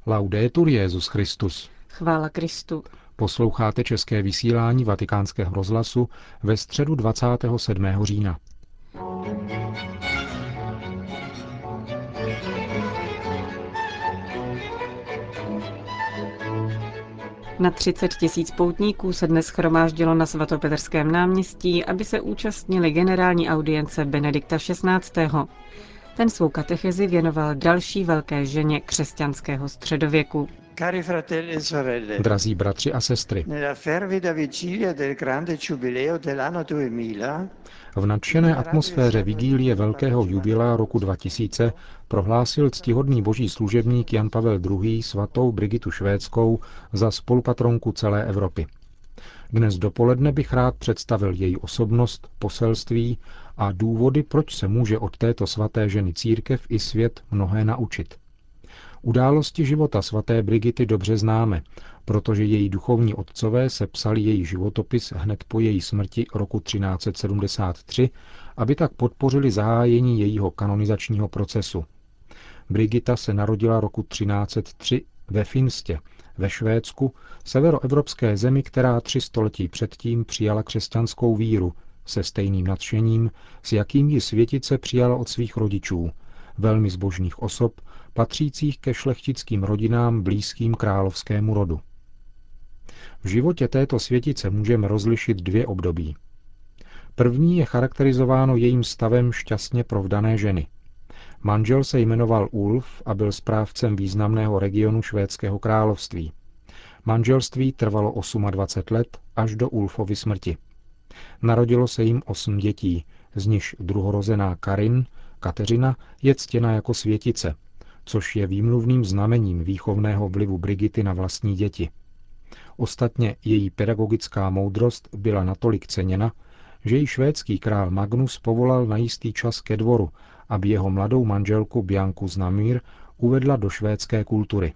Laudetur Jesus Christus. Chvála Kristu. Posloucháte české vysílání Vatikánského rozhlasu ve středu 27. října. Na 30 000 poutníků se dnes shromáždilo na svatopetrském náměstí, aby se účastnili generální audience Benedikta XVI. Ten svou katechezi věnoval další velké ženě křesťanského středověku. Cari fratelli e sorelle, Drazí bratři a sestry, nella fervida vigilia del grande giubileo dell'anno 2000, v nadšené atmosféře vigílie velkého jubilea roku 2000 prohlásil ctihodný boží služebník Jan Pavel II. Svatou Brigitu Švédskou za spolupatronku celé Evropy. Dnes dopoledne bych rád představil její osobnost, poselství a důvody, proč se může od této svaté ženy církev i svět mnohé naučit. Události života svaté Brigity dobře známe, protože její duchovní otcové sepsali její životopis hned po její smrti roku 1373, aby tak podpořili zahájení jejího kanonizačního procesu. Brigita se narodila roku 1303 ve Finstě, ve Švédsku, severoevropské zemi, která 3 století předtím přijala křesťanskou víru se stejným nadšením, s jakým ji světice přijala od svých rodičů, velmi zbožných osob, patřících ke šlechtickým rodinám blízkým královskému rodu. V životě této světice můžeme rozlišit 2 období. První je charakterizováno jejím stavem šťastně provdané ženy. Manžel se jmenoval Ulf a byl správcem významného regionu švédského království. Manželství trvalo 28 let až do Ulfovy smrti. Narodilo se jim 8 dětí, z nichž druhorozená Kateřina, je ctěna jako světice, což je výmluvným znamením výchovného vlivu Brigity na vlastní děti. Ostatně její pedagogická moudrost byla natolik ceněna, že ji švédský král Magnus povolal na jistý čas ke dvoru, aby jeho mladou manželku Bianku z Namur uvedla do švédské kultury.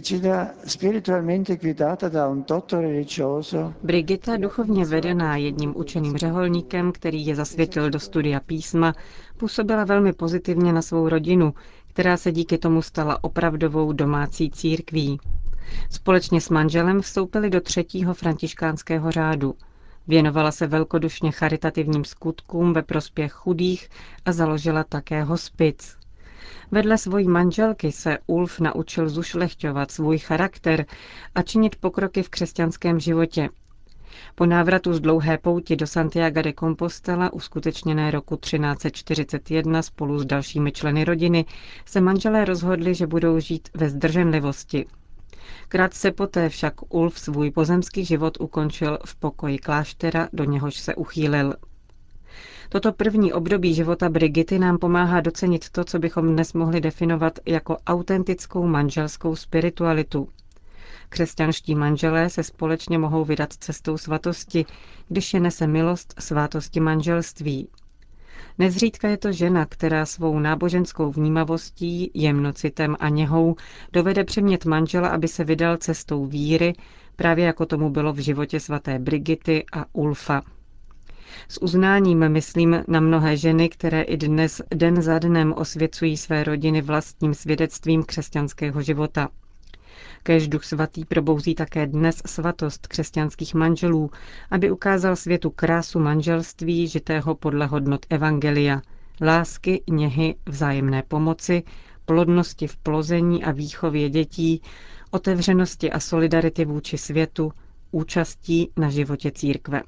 Brigita, duchovně vedená jedním učeným řeholníkem, který je zasvětil do studia písma, působila velmi pozitivně na svou rodinu, která se díky tomu stala opravdovou domácí církví. Společně s manželem vstoupili do 3. františkánského řádu. Věnovala se velkodušně charitativním skutkům ve prospěch chudých a založila také hospic. Vedle svojí manželky se Ulf naučil zušlechťovat svůj charakter a činit pokroky v křesťanském životě. Po návratu z dlouhé pouti do Santiaga de Compostela, uskutečněné roku 1341 spolu s dalšími členy rodiny, se manželé rozhodli, že budou žít ve zdrženlivosti. Krátce poté však Ulf svůj pozemský život ukončil v pokoji kláštera, do něhož se uchýlil. Toto první období života Brigity nám pomáhá docenit to, co bychom dnes mohli definovat jako autentickou manželskou spiritualitu. Křesťanští manželé se společně mohou vydat cestou svatosti, když je nese milost svátosti manželství. Nezřídka je to žena, která svou náboženskou vnímavostí, jemnocitem a něhou dovede přimět manžela, aby se vydal cestou víry, právě jako tomu bylo v životě svaté Brigity a Ulfa. S uznáním myslím na mnohé ženy, které i dnes den za dnem osvěcují své rodiny vlastním svědectvím křesťanského života. Kéž Duch Svatý probouzí také dnes svatost křesťanských manželů, aby ukázal světu krásu manželství žitého podle hodnot evangelia, lásky, něhy, vzájemné pomoci, plodnosti v plození a výchově dětí, otevřenosti a solidarity vůči světu, účastí na životě církve.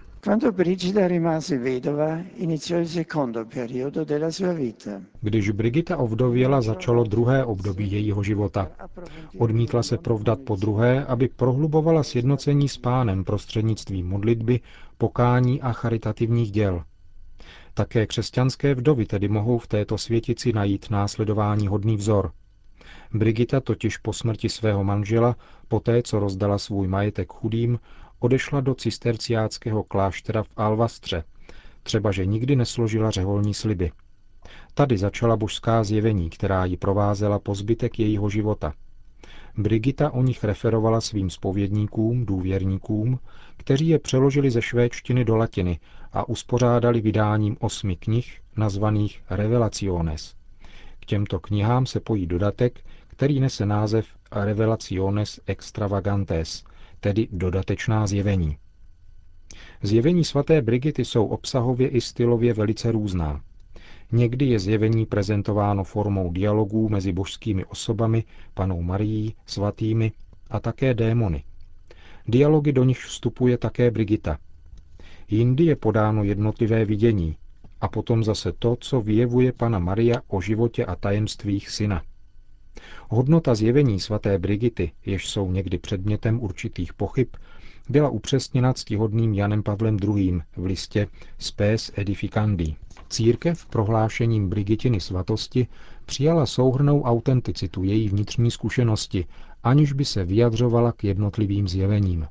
Když Brigita ovdověla, začalo 2. období jejího života. Odmítla se provdat podruhé, aby prohlubovala sjednocení s Pánem prostřednictvím modlitby, pokání a charitativních děl. Také křesťanské vdovy tedy mohou v této světici najít následování hodný vzor. Brigita totiž po smrti svého manžela, poté co rozdala svůj majetek chudým, odešla do cisterciáckého kláštera v Alvastře, třebaže nikdy nesložila řeholní sliby. Tady začala božská zjevení, která ji provázela po zbytek jejího života. Brigita o nich referovala svým zpovědníkům, důvěrníkům, kteří je přeložili ze švédštiny do latiny a uspořádali vydáním 8 knih nazvaných Revelaciones. K těmto knihám se pojí dodatek, který nese název Revelationes Extravagantes, tedy dodatečná zjevení. Zjevení svaté Brigity jsou obsahově i stylově velice různá. Někdy je zjevení prezentováno formou dialogů mezi božskými osobami, Pannou Marií, svatými a také démony. Dialogy, do nich vstupuje také Brigita. Jindy je podáno jednotlivé vidění a potom zase to, co vyjevuje Panna Maria o životě a tajemstvích syna. Hodnota zjevení svaté Brigity, jež jsou někdy předmětem určitých pochyb, byla upřesněna ctihodným Janem Pavlem II. V listě Spes Edificandi. Církev prohlášením Brigitiny svatosti přijala souhrnnou autenticitu její vnitřní zkušenosti, aniž by se vyjadřovala k jednotlivým zjevením.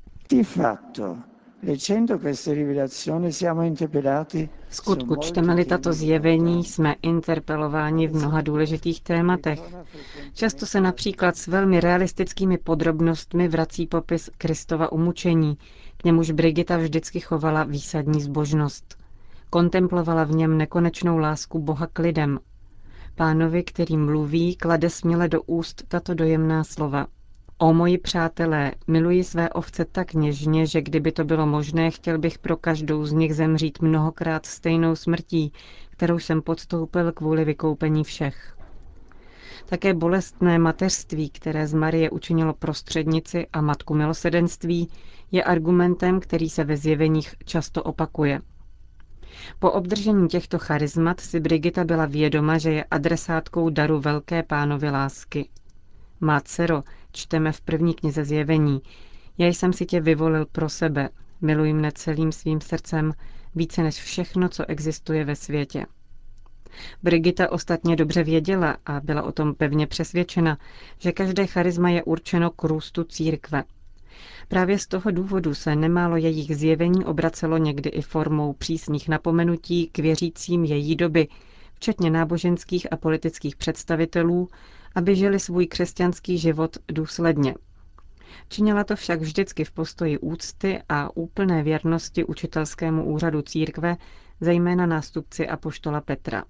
V skutku, čteme-li tato zjevení, jsme interpelováni v mnoha důležitých tématech. Často se například s velmi realistickými podrobnostmi vrací popis Kristova umučení, k němuž Brigita vždycky chovala výsadní zbožnost. Kontemplovala v něm nekonečnou lásku Boha k lidem. Pánovi, který mluví, klade směle do úst tato dojemná slova. O moji přátelé, miluji své ovce tak něžně, že kdyby to bylo možné, chtěl bych pro každou z nich zemřít mnohokrát stejnou smrtí, kterou jsem podstoupil kvůli vykoupení všech. Také bolestné mateřství, které z Marie učinilo prostřednici a matku milosedenství, je argumentem, který se ve zjeveních často opakuje. Po obdržení těchto charizmat si Brigita byla vědoma, že je adresátkou daru velké Pánovy lásky. Má dcero, čteme v první knize Zjevení, já jsem si tě vyvolil pro sebe, miluj mne celým svým srdcem, více než všechno, co existuje ve světě. Brigita ostatně dobře věděla a byla o tom pevně přesvědčena, že každé charisma je určeno k růstu církve. Právě z toho důvodu se nemálo jejich zjevení obracelo někdy i formou přísných napomenutí k věřícím její doby, včetně náboženských a politických představitelů, aby žili svůj křesťanský život důsledně. Činila to však vždycky v postoji úcty a úplné věrnosti učitelskému úřadu církve, zejména nástupci apoštola Petra.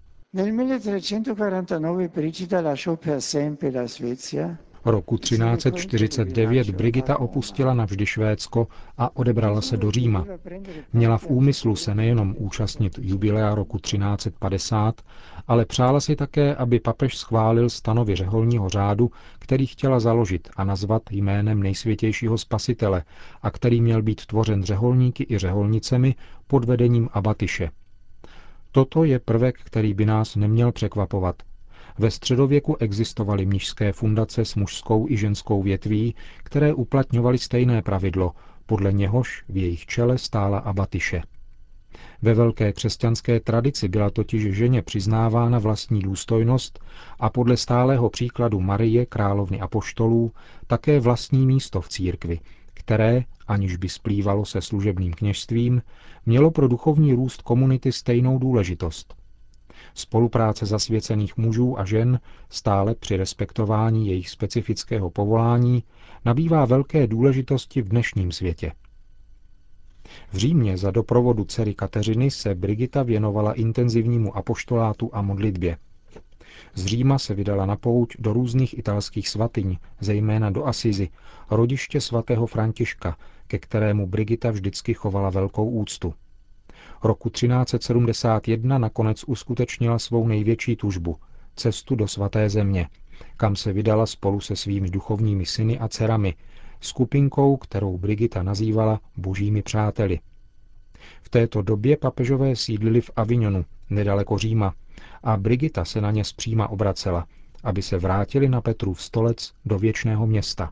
Roku 1349 Brigita opustila navždy Švédsko a odebrala se do Říma. Měla v úmyslu se nejenom účastnit jubilea roku 1350, ale přála si také, aby papež schválil stanovy řeholního řádu, který chtěla založit a nazvat jménem nejsvětějšího spasitele a který měl být tvořen řeholníky i řeholnicemi pod vedením abatyše. Toto je prvek, který by nás neměl překvapovat. Ve středověku existovaly mnišské fundace s mužskou i ženskou větví, které uplatňovaly stejné pravidlo, podle něhož v jejich čele stála abatyše. Ve velké křesťanské tradici byla totiž ženě přiznávána vlastní důstojnost a podle stálého příkladu Marie, královny apoštolů, také vlastní místo v církvi, které, aniž by splývalo se služebným kněžstvím, mělo pro duchovní růst komunity stejnou důležitost. Spolupráce zasvěcených mužů a žen stále při respektování jejich specifického povolání nabývá velké důležitosti v dnešním světě. V Římě za doprovodu dcery Kateřiny se Brigita věnovala intenzivnímu apoštolátu a modlitbě. Z Říma se vydala na pouť do různých italských svatyň, zejména do Asizi, rodiště svatého Františka, ke kterému Brigita vždycky chovala velkou úctu. Roku 1371 nakonec uskutečnila svou největší tužbu, cestu do svaté země, kam se vydala spolu se svými duchovními syny a dcerami, skupinkou, kterou Brigita nazývala božími přáteli. V této době papežové sídlili v Avignonu, nedaleko Říma, a Brigita se na ně zpříma obracela, aby se vrátili na Petrův stolec do věčného města.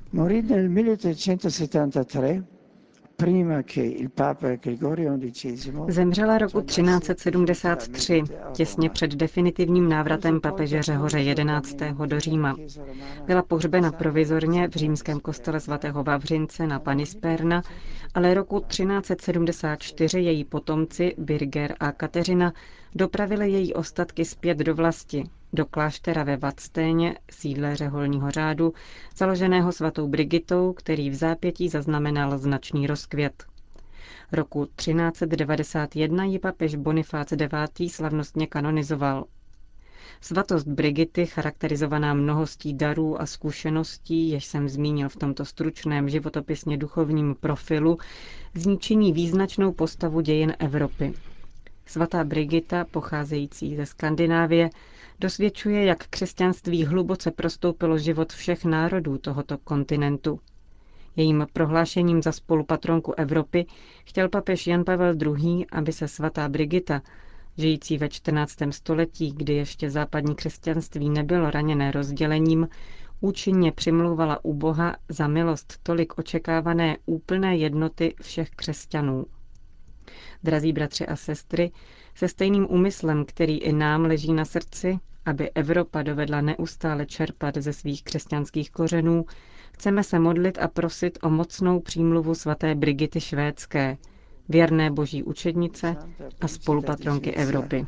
Zemřela roku 1373, těsně před definitivním návratem papeže Řehoře XI. Do Říma. Byla pohřbena provizorně v římském kostele svatého Vavřince na Panisperna, ale roku 1374 její potomci Birger a Kateřina dopravili její ostatky zpět do vlasti, do kláštera ve Vadsténě, sídle řeholního řádu, založeného svatou Brigitou, který v zápětí zaznamenal značný rozkvět. Roku 1391 ji papež Bonifác IX. Slavnostně kanonizoval. Svatost Brigity, charakterizovaná mnohostí darů a zkušeností, jež jsem zmínil v tomto stručném životopisně duchovním profilu, z ní činí význačnou postavu dějin Evropy. Svatá Brigita, pocházející ze Skandinávie, dosvědčuje, jak křesťanství hluboce prostoupilo život všech národů tohoto kontinentu. Jejím prohlášením za spolupatronku Evropy chtěl papež Jan Pavel II., aby se svatá Brigita, žijící ve 14. století, kdy ještě západní křesťanství nebylo raněné rozdělením, účinně přimlouvala u Boha za milost tolik očekávané úplné jednoty všech křesťanů. Drazí bratři a sestry, se stejným úmyslem, který i nám leží na srdci, aby Evropa dovedla neustále čerpat ze svých křesťanských kořenů, chceme se modlit a prosit o mocnou přímluvu svaté Brigity Švédské, věrné boží učednice a spolupatronky Evropy.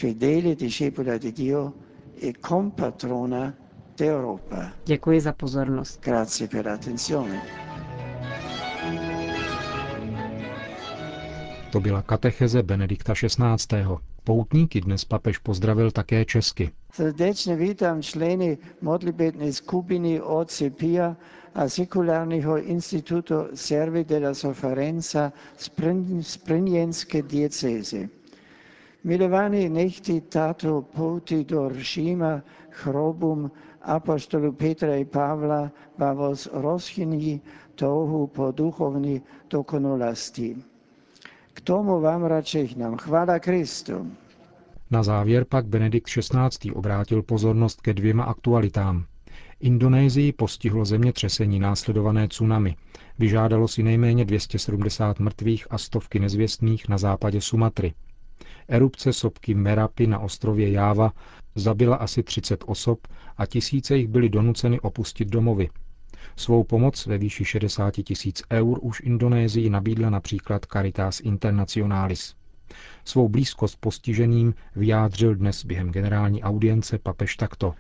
Děkuji za pozornost. To byla katecheze Benedikta XVI. Poutníky dnes papež pozdravil také česky. Srdečně vítám členy modlitebné skupiny Otce Pia a sekulárního institutu Servi della Sofferenza z Brněnské diecéze. Milovaní, nechte tato pouť do Říma chrobům apoštolů Petra i Pavla vás rozchyní touhu po duchovní dokonalosti. K tomu vám radši nám chvála Kristu. Na závěr pak Benedikt XVI. Obrátil pozornost ke dvěma aktualitám. Indonésii postihlo zemětřesení následované tsunami. Vyžádalo si nejméně 270 mrtvých a stovky nezvěstných na západě Sumatry. Erupce sopky Merapi na ostrově Jáva zabila asi 30 osob a tisíce jich byly donuceny opustit domovy. Svou pomoc ve výši 60 000 eur už Indonésii nabídla například Caritas Internationalis. Svou blízkost postiženým vyjádřil dnes během generální audience papež takto.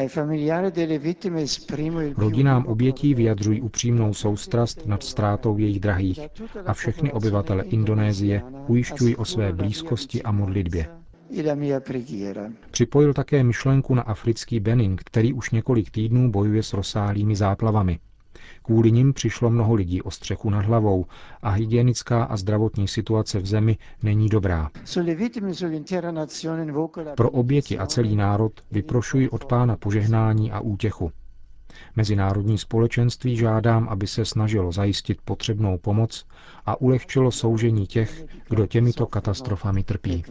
Rodinám obětí vyjadřují upřímnou soustrast nad ztrátou jejich drahých a všechny obyvatele Indonésie ujišťují o své blízkosti a modlitbě. Připojil také myšlenku na africký Benin, který už několik týdnů bojuje s rozsáhlými záplavami. Kvůli nim přišlo mnoho lidí o střechu nad hlavou a hygienická a zdravotní situace v zemi není dobrá. Pro oběti a celý národ vyprošuji od Pána požehnání a útěchu. Mezinárodní společenství žádám, aby se snažilo zajistit potřebnou pomoc a ulehčilo soužení těch, kdo těmito katastrofami trpí.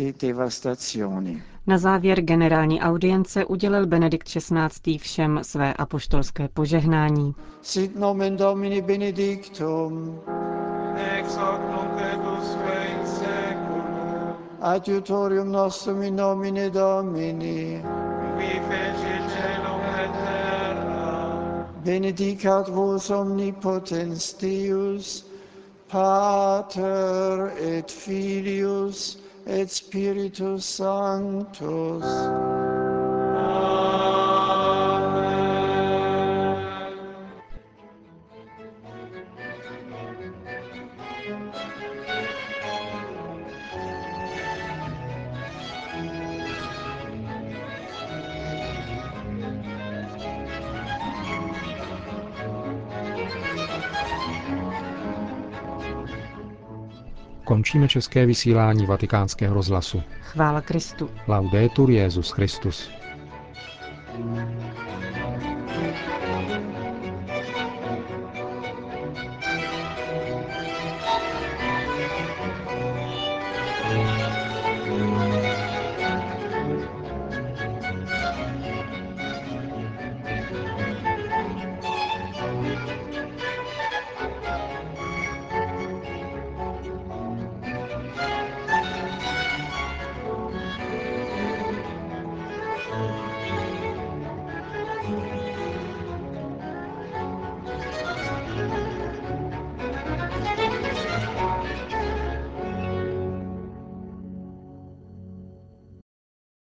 Na závěr generální audience udělil Benedikt XVI. Všem své apoštolské požehnání. Sit nomen Domini benedictum. Ex hoc nunc et usque in seculum. Adiutorium nostrum in nomine Domini. Qui feci caelum et terra. Benedicat vos omnipotens Deus, Pater et Filius et Spiritus Sanctus. Končíme české vysílání Vatikánského rozhlasu. Chvála Kristu. Laudetur Jesus Christus.